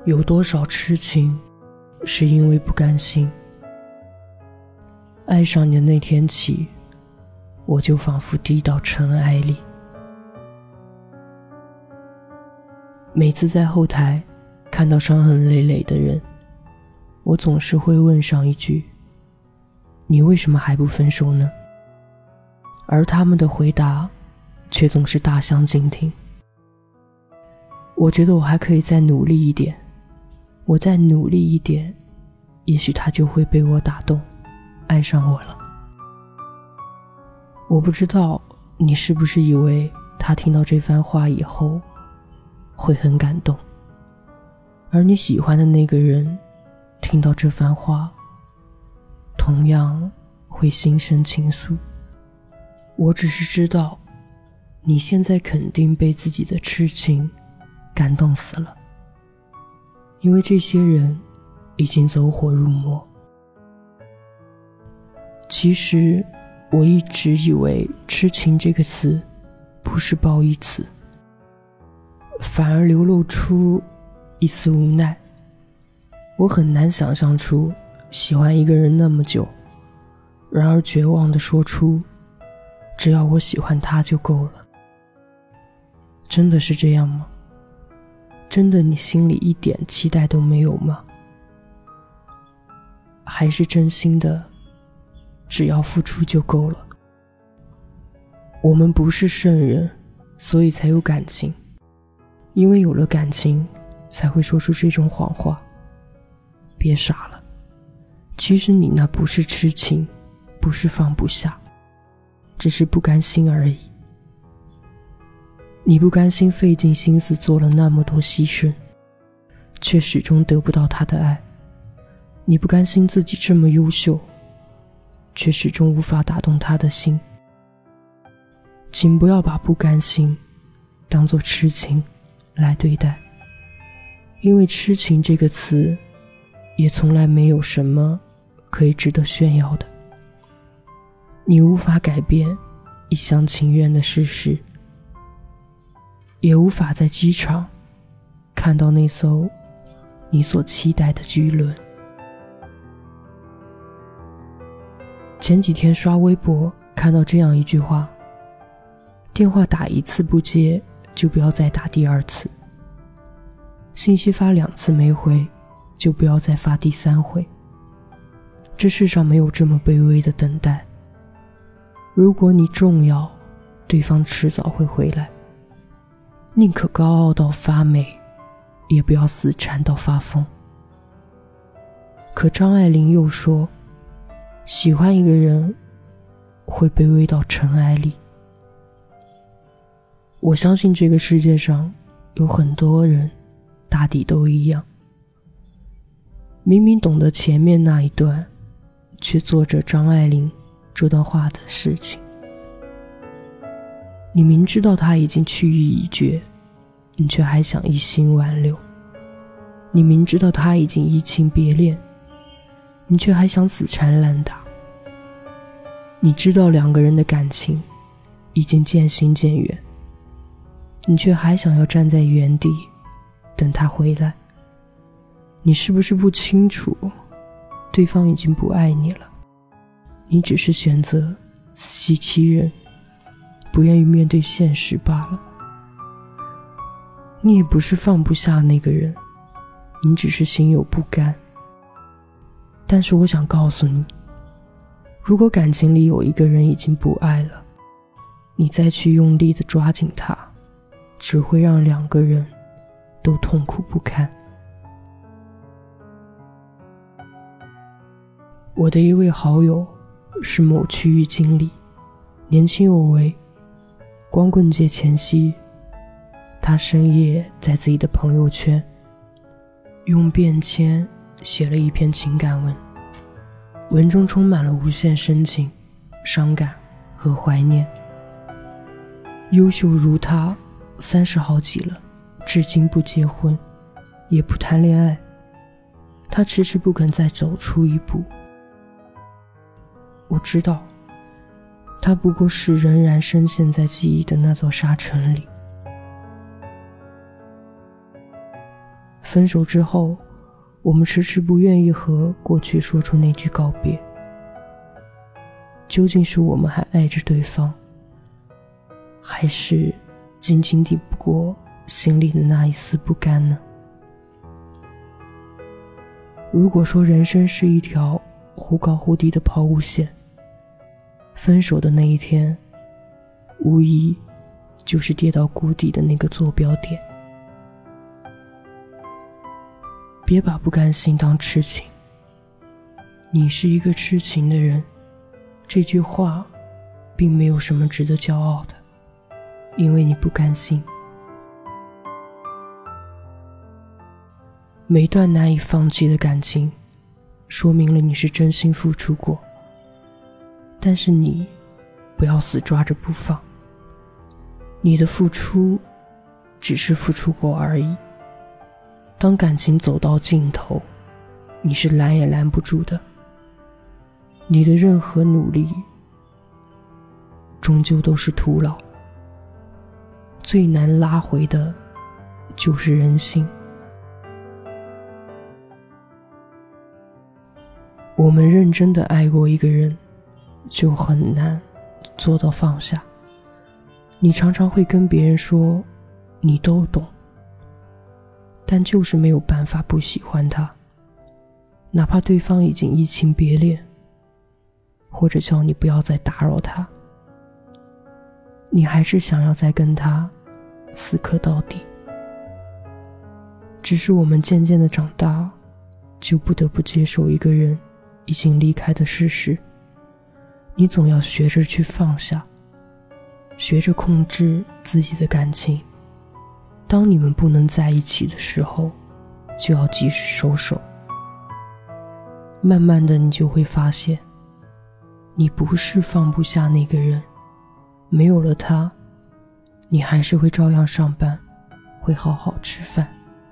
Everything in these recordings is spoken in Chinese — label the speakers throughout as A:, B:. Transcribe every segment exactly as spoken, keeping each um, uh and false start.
A: 有多少痴情是因为不甘心？爱上你的那天起，我就仿佛低到尘埃里。每次在后台看到伤痕累累的人，我总是会问上一句：你为什么还不分手呢？而他们的回答却总是大相径庭。我觉得我还可以再努力一点，我再努力一点，也许他就会被我打动，爱上我了。我不知道你是不是以为他听到这番话以后会很感动，而你喜欢的那个人听到这番话同样会心生情愫。我只是知道你现在肯定被自己的痴情感动死了，因为这些人已经走火入魔。其实我一直以为痴情这个词不是褒义词，反而流露出一丝无奈。我很难想象出喜欢一个人那么久，然而绝望地说出只要我喜欢他就够了。真的是这样吗？真的你心里一点期待都没有吗？还是真心的只要付出就够了？我们不是圣人，所以才有感情，因为有了感情才会说出这种谎话。别傻了，其实你那不是痴情，不是放不下，只是不甘心而已。你不甘心费尽心思做了那么多牺牲，却始终得不到他的爱。你不甘心自己这么优秀，却始终无法打动他的心。请不要把不甘心当作痴情来对待，因为痴情这个词也从来没有什么可以值得炫耀的。你无法改变一厢情愿的事实，也无法在机场看到那艘你所期待的巨轮。前几天刷微博看到这样一句话：电话打一次不接，就不要再打第二次；信息发两次没回，就不要再发第三回。这世上没有这么卑微的等待。如果你重要，对方迟早会回来。宁可高傲到发霉，也不要死缠到发疯。可张爱玲又说，喜欢一个人会卑微到尘埃里。我相信这个世界上有很多人大抵都一样，明明懂得前面那一段，却做着张爱玲这段话的事情。你明知道他已经去意已决，你却还想一心挽留；你明知道他已经移情别恋，你却还想死缠烂打；你知道两个人的感情已经渐行渐远，你却还想要站在原地等他回来。你是不是不清楚对方已经不爱你了？你只是选择自欺欺人，不愿意面对现实罢了。你也不是放不下那个人，你只是心有不甘。但是我想告诉你，如果感情里有一个人已经不爱了，你再去用力地抓紧他，只会让两个人都痛苦不堪。我的一位好友是某区域经理，年轻有为。光棍节前夕，他深夜在自己的朋友圈用便签写了一篇情感文，文中充满了无限深情、伤感和怀念。优秀如他，三十好几了，至今不结婚，也不谈恋爱，他迟迟不肯再走出一步。我知道他不过是仍然深陷在记忆的那座沙尘里。 分手之后，我们迟迟不愿意和过去说出那句告别。究竟是我们还爱着对方，还是仅仅抵不过心里的那一丝不甘呢？如果说人生是一条忽高忽低的抛物线，分手的那一天无疑就是跌到谷底的那个坐标点。别把不甘心当痴情，你是一个痴情的人，这句话并没有什么值得骄傲的，因为你不甘心。每段难以放弃的感情，说明了你是真心付出过，但是你不要死抓着不放，你的付出只是付出过而已。当感情走到尽头，你是拦也拦不住的，你的任何努力终究都是徒劳，最难拉回的就是人心。我们认真的爱过一个人，就很难做到放下。你常常会跟别人说你都懂，但就是没有办法不喜欢他，哪怕对方已经移情别恋，或者叫你不要再打扰他，你还是想要再跟他死磕到底。只是我们渐渐的长大，就不得不接受一个人已经离开的事实。你总要学着去放下，学着控制自己的感情。当你们不能在一起的时候，就要及时收手。慢慢的你就会发现，你不是放不下那个人，没有了他，你还是会照样上班，会好好吃饭。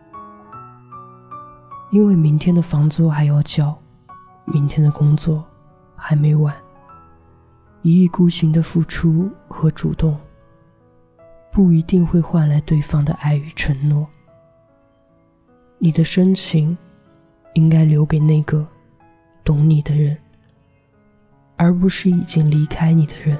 A: 因为明天的房租还要交，明天的工作还没完。一意孤行的付出和主动，不一定会换来对方的爱与承诺。你的深情应该留给那个懂你的人，而不是已经离开你的人。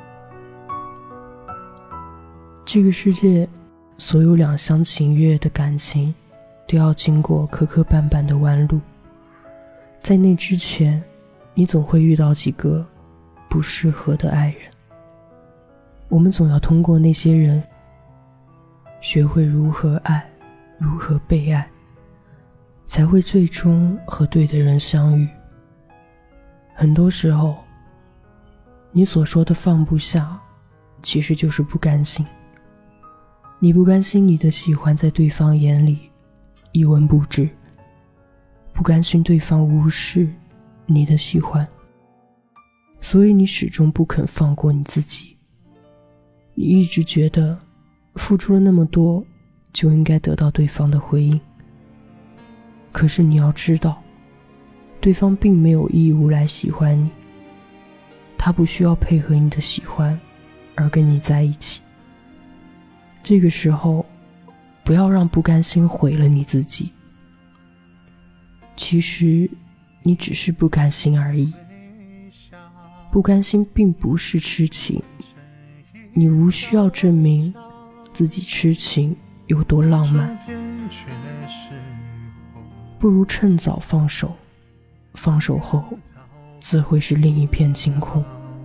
A: 这个世界所有两厢情愿的感情都要经过磕磕绊绊的弯路，在那之前，你总会遇到几个不适合的爱人。我们总要通过那些人，学会如何爱，如何被爱，才会最终和对的人相遇。很多时候，你所说的放不下，其实就是不甘心。你不甘心你的喜欢在对方眼里一文不值，不甘心对方无视你的喜欢，所以你始终不肯放过你自己。你一直觉得付出了那么多，就应该得到对方的回应。可是你要知道，对方并没有义务来喜欢你，他不需要配合你的喜欢而跟你在一起。这个时候，不要让不甘心毁了你自己。其实你只是不甘心而已，不甘心并不是痴情，你无需要证明自己痴情有多浪漫，不如趁早放手，放手后自会是另一片晴空。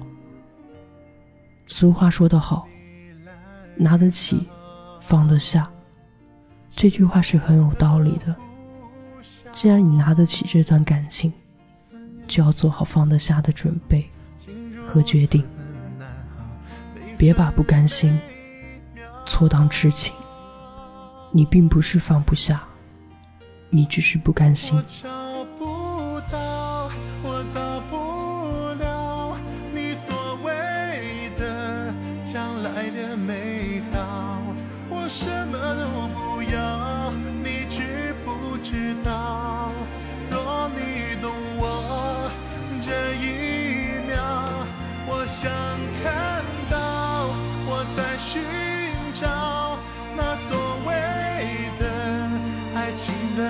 A: 俗话说得好，拿得起放得下，这句话是很有道理的。既然你拿得起这段感情，就要做好放得下的准备和决定。别把不甘心错当痴情，你并不是放不下，你只是不甘心。
B: 什么都不要，你知不知道？若你懂我这一秒，我想看到我在寻找那所谓的爱情的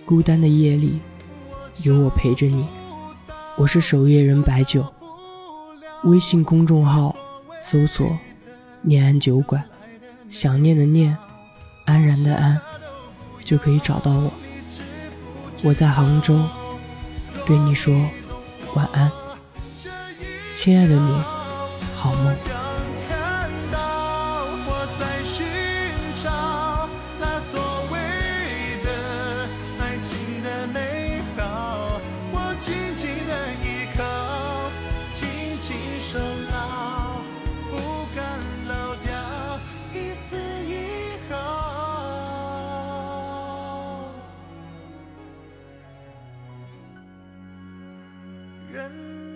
A: 孤单的夜里有我陪着你。我是守夜人白酒，微信公众号搜索念安酒馆，想念的念，安然的安，就可以找到我。我在杭州，对你说晚安，亲爱的你，好梦。
B: 人